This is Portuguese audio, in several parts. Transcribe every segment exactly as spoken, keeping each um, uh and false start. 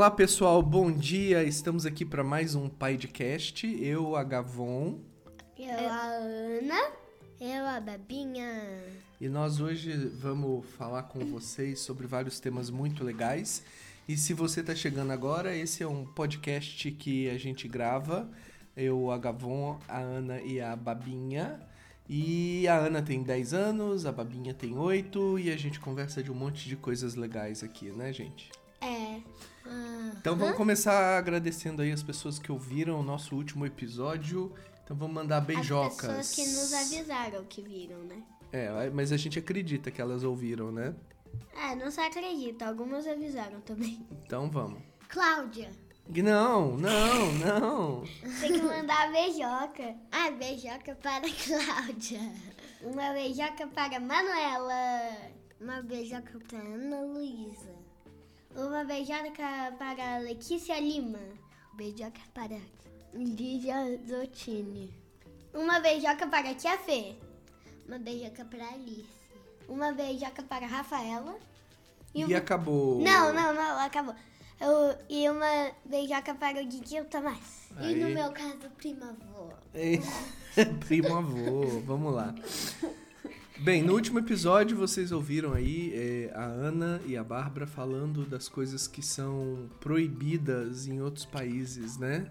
Olá pessoal, bom dia, estamos aqui para mais um Paidcast, eu, a Gavon. Eu, a Ana. Eu, a Babinha. E nós hoje vamos falar com vocês sobre vários temas muito legais. E se você está chegando agora, esse é um podcast que a gente grava, eu, a Gavon, a Ana e a Babinha. E a Ana tem dez anos, a Babinha tem oito e a gente conversa de um monte de coisas legais aqui, né, gente? É. Uh, então vamos uh? começar agradecendo aí as pessoas que ouviram o nosso último episódio. Então vamos mandar beijocas. As pessoas que nos avisaram que viram, né? É, mas a gente acredita que elas ouviram, né? É, não se acredita. Algumas avisaram também. Então vamos. Cláudia. Não, não, não. Tem que mandar beijoca. Ah, beijoca para Cláudia. Uma beijoca para Manuela. Uma beijoca para Ana Luísa. Uma beijoca para Letícia Lima. Beijoca para Lídia Zottini. Uma beijoca para Tia Fê. Uma beijoca para Alice. Uma beijoca para Rafaela. E, uma... e acabou. Não, não, não, acabou. Eu, e uma beijoca para o Didi Tomás. Aí. E no meu caso, primo avô. Primo avô, vamos lá. Bem, no último episódio vocês ouviram aí é, a Ana e a Bárbara falando das coisas que são proibidas em outros países, né?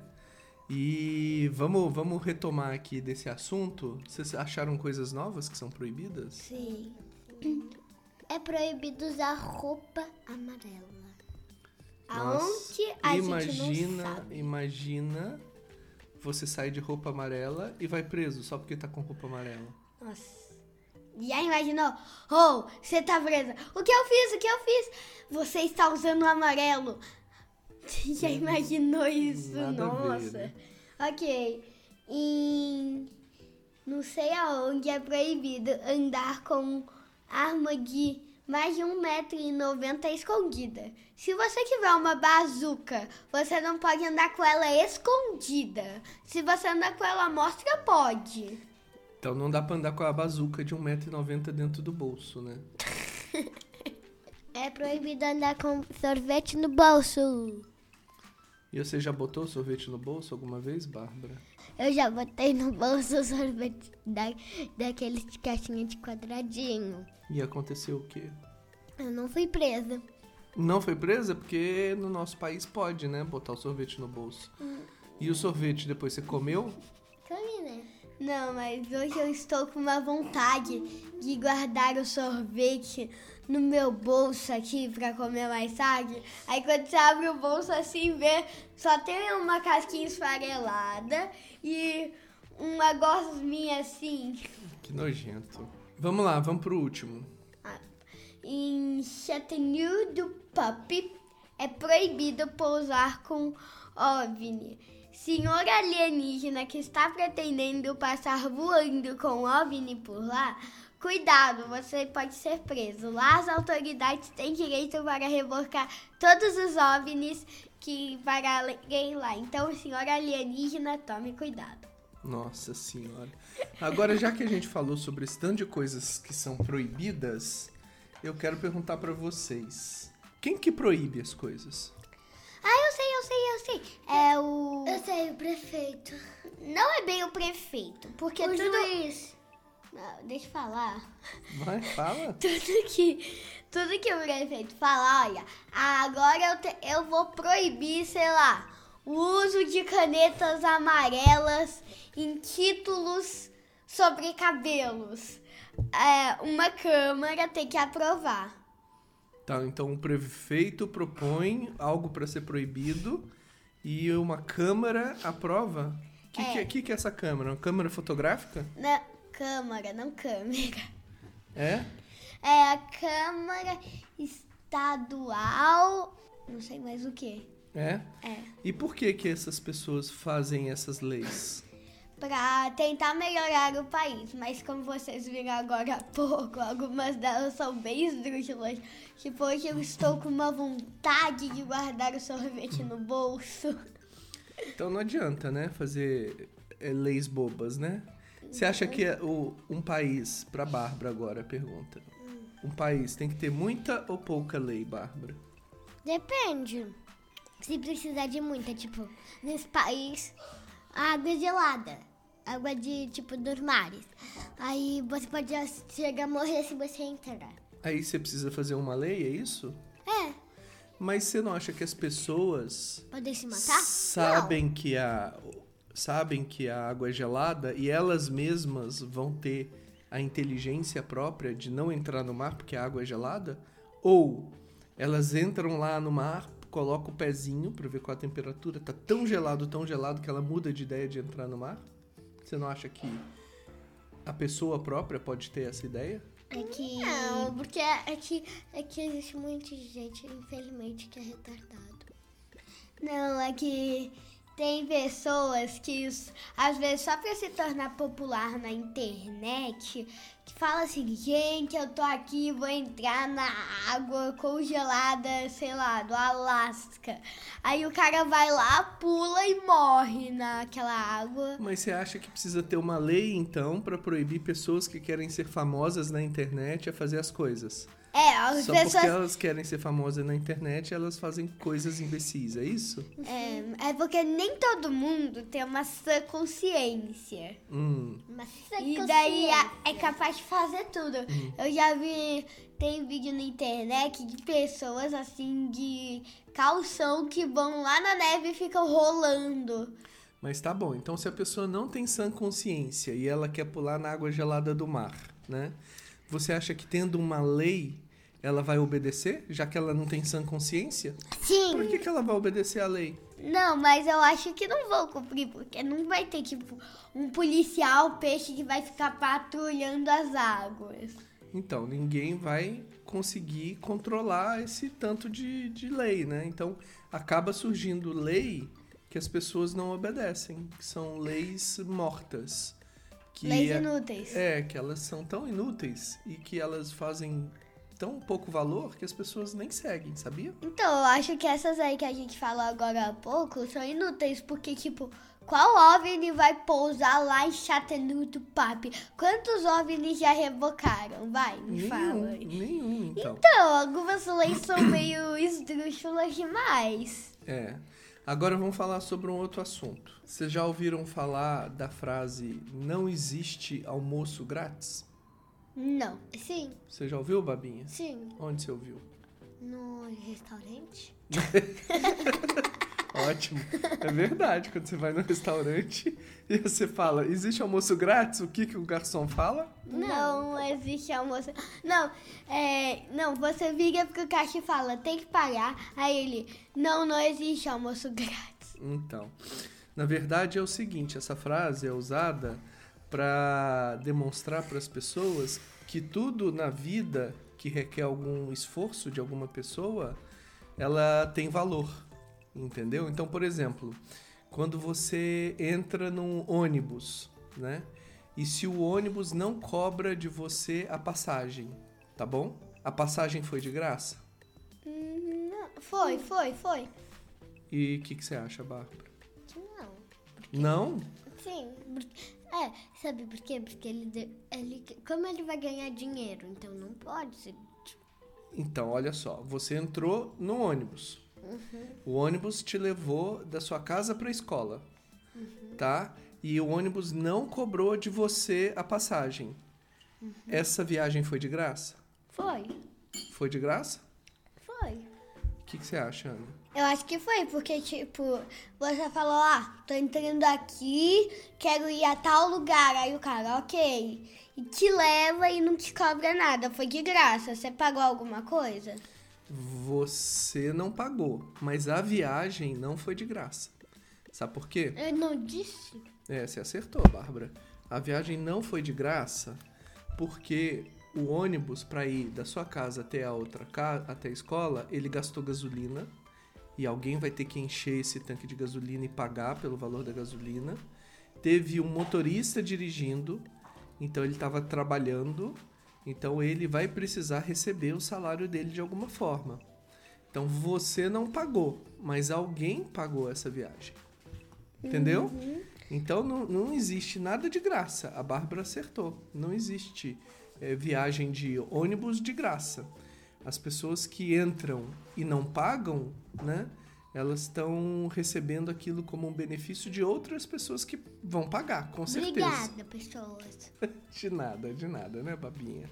E vamos, vamos retomar aqui desse assunto. Vocês acharam coisas novas que são proibidas? Sim. É proibido usar roupa amarela. Aonde a imagina, gente não sabe. Imagina você sair de roupa amarela e vai preso só porque tá com roupa amarela. Nossa. Já imaginou? Oh, você tá presa. O que eu fiz? O que eu fiz? Você está usando o amarelo. Já imaginou isso? Nada Nossa. a ver, né? Ok. E não sei aonde é proibido andar com arma de mais de um metro e noventa escondida. Se você tiver uma bazuca, você não pode andar com ela escondida. Se você andar com ela à mostra, pode. Então não dá pra andar com a bazuca de um metro e noventa dentro do bolso, né? É proibido andar com sorvete no bolso. E você já botou sorvete no bolso alguma vez, Bárbara? Eu já botei no bolso sorvete da, daqueles de caixinha de quadradinho. E aconteceu o quê? Eu não fui presa. Não foi presa? Porque no nosso país pode, né? Botar o sorvete no bolso. Hum. E o sorvete depois você comeu? Comi, né? Não, mas hoje eu estou com uma vontade de guardar o sorvete no meu bolso aqui pra comer mais tarde. Aí quando você abre o bolso assim, vê, só tem uma casquinha esfarelada e uma gosminha assim. Que nojento. Vamos lá, vamos pro último. Ah, em Chattanooga do Pup é proibido pousar com OVNI. Senhor alienígena que está pretendendo passar voando com OVNI por lá, cuidado, você pode ser preso. Lá as autoridades têm direito para revocar todos os OVNIs que pararem lá. Então, senhor alienígena, tome cuidado. Nossa senhora. Agora, já que a gente falou sobre esse tanto de coisas que são proibidas, eu quero perguntar para vocês. Quem que proíbe as coisas? Ah, eu sei, eu sei, eu sei. É o... Eu sei, o prefeito. Não é bem o prefeito, porque o tudo... juiz. Não, deixa eu falar. Vai, fala. Tudo que, tudo que o prefeito fala, olha, agora eu, te, eu vou proibir, sei lá, o uso de canetas amarelas em títulos sobre cabelos. É, uma Câmara tem que aprovar. Tá, então o prefeito propõe algo para ser proibido e uma Câmara aprova? O que, é. que, que, que é essa Câmara? Uma Câmara fotográfica? Não, Câmara, não Câmara. É? É a Câmara Estadual, não sei mais o que. É? É. E por que que essas pessoas fazem essas leis? Pra tentar melhorar o país, mas como vocês viram agora há pouco, algumas delas são bem esdrúxulas. Tipo, hoje eu estou com uma vontade de guardar o sorvete no bolso. Então não adianta, né, fazer é, leis bobas, né? Você acha que é o, um país, pra Bárbara agora, pergunta, um país tem que ter muita ou pouca lei, Bárbara? Depende. se precisar de muita, tipo, nesse país, a água é gelada. Água de, tipo, dos mares. Aí você pode chegar a morrer se você entrar. Aí você precisa fazer uma lei, é isso? É. Mas você não acha que as pessoas Podem se matar? sabem que a sabem que a água é gelada e elas mesmas vão ter a inteligência própria de não entrar no mar porque a água é gelada? Ou elas entram lá no mar, colocam o pezinho para ver qual a temperatura, tá tão gelado, tão gelado que ela muda de ideia de entrar no mar? Você não acha que a pessoa própria pode ter essa ideia? É que... Não, porque é que, é que existe muita gente, infelizmente, que é retardado. Não, é que tem pessoas que, às vezes, só pra se tornar popular na internet, que fala assim, gente, eu tô aqui, vou entrar na água congelada, sei lá, do Alasca. Aí o cara vai lá, pula e morre naquela água. Mas você acha que precisa ter uma lei, então, pra proibir pessoas que querem ser famosas na internet a fazer as coisas? É, as Só pessoas... porque elas querem ser famosas na internet, elas fazem coisas imbecis, é isso? É, é porque nem todo mundo tem uma sã consciência. Hum. Mas E daí é, é capaz de fazer tudo. Hum. Eu já vi, tem vídeo na internet de pessoas assim de calção que vão lá na neve e ficam rolando. Mas tá bom, então se a pessoa não tem sã consciência e ela quer pular na água gelada do mar, né? Você acha que tendo uma lei, ela vai obedecer, já que ela não tem sã consciência? Sim. Por que, que ela vai obedecer à lei? Não, mas eu acho que não vão cumprir, porque não vai ter, tipo, um policial peixe que vai ficar patrulhando as águas. Então, ninguém vai conseguir controlar esse tanto de, de lei, né? Então, acaba surgindo lei que as pessoas não obedecem, que são leis mortas. Que Leis é, inúteis. É, que elas são tão inúteis e que elas fazem tão pouco valor que as pessoas nem seguem, sabia? Então, eu acho que essas aí que a gente falou agora há pouco são inúteis, porque, tipo, qual OVNI vai pousar lá em Chattanooga, Papi? Quantos OVNIs já revocaram? Vai, me Nenhum, fala aí. nenhum, então. Então, algumas leis são meio esdrúxulas demais. É. Agora vamos falar sobre um outro assunto. Vocês já ouviram falar da frase não existe almoço grátis? Não. Sim, Você já ouviu, Babinha? sim. Onde você ouviu? No restaurante? Ótimo. É verdade. Quando você vai no restaurante e você fala, existe almoço grátis? O que, que o garçom fala? Não, existe almoço. Não, é, não, você vira pro caixa e fala, tem que pagar. Aí ele, não, não existe almoço grátis. Então, na verdade é o seguinte, essa frase é usada para demonstrar para as pessoas que tudo na vida que requer algum esforço de alguma pessoa, ela tem valor, entendeu? Então, por exemplo, quando você entra num ônibus, né? E se o ônibus não cobra de você a passagem, tá bom? A passagem foi de graça? Hum, não, foi, foi, foi. E o que, que você acha, Bárbara? Que não. Não? Sim. É, sabe por quê? Porque ele, de- ele... Como ele vai ganhar dinheiro? Então não pode ser... Então, olha só, você entrou no ônibus. O ônibus te levou da sua casa para a escola, tá? E o ônibus não cobrou de você a passagem. Essa viagem foi de graça? Foi, Foi de graça? foi. O que, que você acha, Ana? Eu acho que foi, porque, tipo, você falou, ah, tô entrando aqui, quero ir a tal lugar. Aí o cara, ok. E te leva e não te cobra nada, foi de graça. Você pagou alguma coisa? Você não pagou, mas a viagem não foi de graça. Sabe por quê? Eu não disse. É, você acertou, Bárbara. A viagem não foi de graça porque o ônibus para ir da sua casa até a outra casa, até a escola, ele gastou gasolina e alguém vai ter que encher esse tanque de gasolina e pagar pelo valor da gasolina. Teve um motorista dirigindo, então ele estava trabalhando, então ele vai precisar receber o salário dele de alguma forma. Então você não pagou, mas alguém pagou essa viagem. Entendeu? Então não, não existe nada de graça. A Bárbara acertou. Não existe é, viagem de ônibus de graça. As pessoas que entram e não pagam, né? elas estão recebendo aquilo como um benefício de outras pessoas que vão pagar, com certeza. Obrigada, pessoas. De nada, de nada, né, Babinha?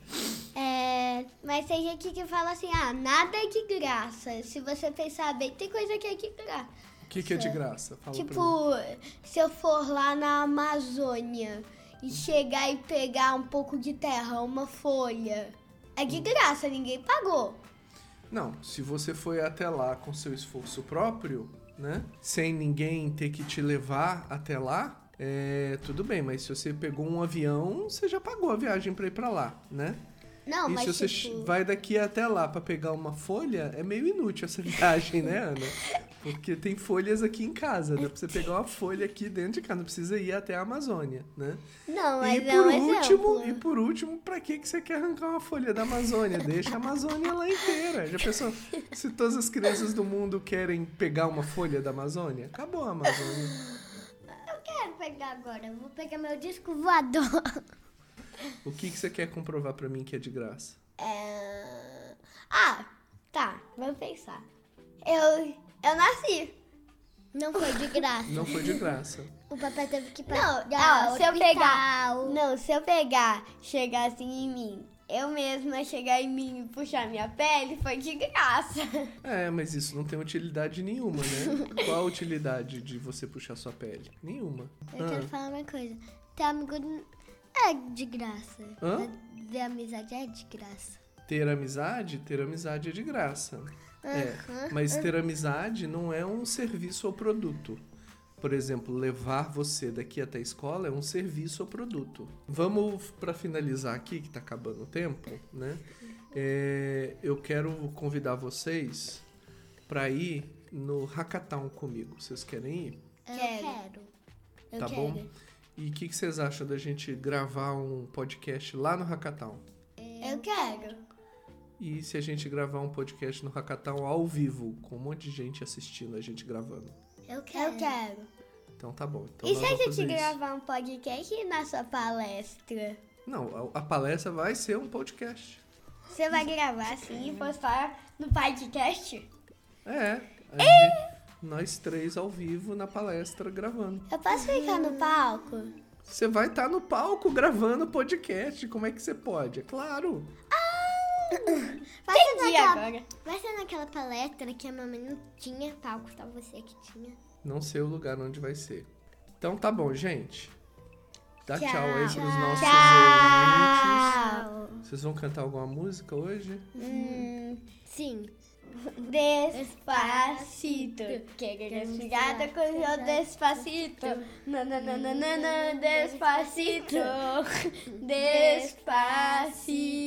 É, mas tem gente que fala assim, ah, nada é de graça. Se você pensar bem, tem coisa que é de graça. O que, que é de graça? Fala Tipo, pra mim. se eu for lá na Amazônia e chegar e pegar um pouco de terra, uma folha, é de graça, ninguém pagou. Não, se você foi até lá com seu esforço próprio, né? Sem ninguém ter que te levar até lá, é, tudo bem. Mas se você pegou um avião, você já pagou a viagem pra ir pra lá, né? Não, e mas se você tipo... vai daqui até lá pra pegar uma folha, é meio inútil essa viagem, né, Ana? Porque tem folhas aqui em casa, dá pra você pegar uma folha aqui dentro de casa, não precisa ir até a Amazônia, né? Não, E mas por é um último, exemplo. e por último, pra que que você quer arrancar uma folha da Amazônia? Deixa a Amazônia lá inteira. Já pensou se todas as crianças do mundo querem pegar uma folha da Amazônia? Acabou a Amazônia. Eu quero pegar agora. Eu vou pegar meu disco voador. O que que você quer comprovar pra mim que é de graça? É... Ah, tá, vamos pensar. Eu, eu nasci. Não foi de graça. Não foi de graça. O papai teve que Não, pagar ó, se eu pegar... hospital. Não, se eu pegar, chegar assim em mim, eu mesma chegar em mim e puxar minha pele, foi de graça. É, mas isso não tem utilidade nenhuma, né? Qual a utilidade de você puxar sua pele? Nenhuma. Eu Ah, quero falar uma coisa. Ter amigo é de graça. Hã? Ter amizade é de graça. ter amizade, ter amizade é de graça. É, Aham. mas ter amizade não é um serviço ou produto. Por exemplo, levar você daqui até a escola é um serviço ou produto. Vamos para finalizar aqui, que tá acabando o tempo, né? É, eu quero convidar vocês para ir no Hackathon comigo. Vocês querem ir? Eu Quero. quero. Eu Tá quero. bom? E o que, que vocês acham da gente gravar um podcast lá no Hackathon? Eu quero. E se a gente gravar um podcast no Hackathon ao vivo, com um monte de gente assistindo a gente gravando? Eu quero. Eu quero. Então tá bom. Então E nós se a vamos gente fazer isso. gravar um podcast na sua palestra? Não, a, a palestra vai ser um podcast. Você vai gravar assim e postar no podcast? É, a gente- nós três ao vivo na palestra gravando. Eu posso ficar no palco? Você vai estar no palco gravando podcast, como é que você pode? É claro. Vai ser, Entendi naquela, agora. vai ser naquela palestra que a mamãe não tinha palco, só você que tinha. Não sei o lugar onde vai ser. Então tá bom, gente. Dá tchau, Tchau. aí pros nossos Tchau. ouvintes. Vocês vão cantar alguma música hoje? Hum, Sim. Despacito, que gata com o despacito. Nananana, despacito, despacito.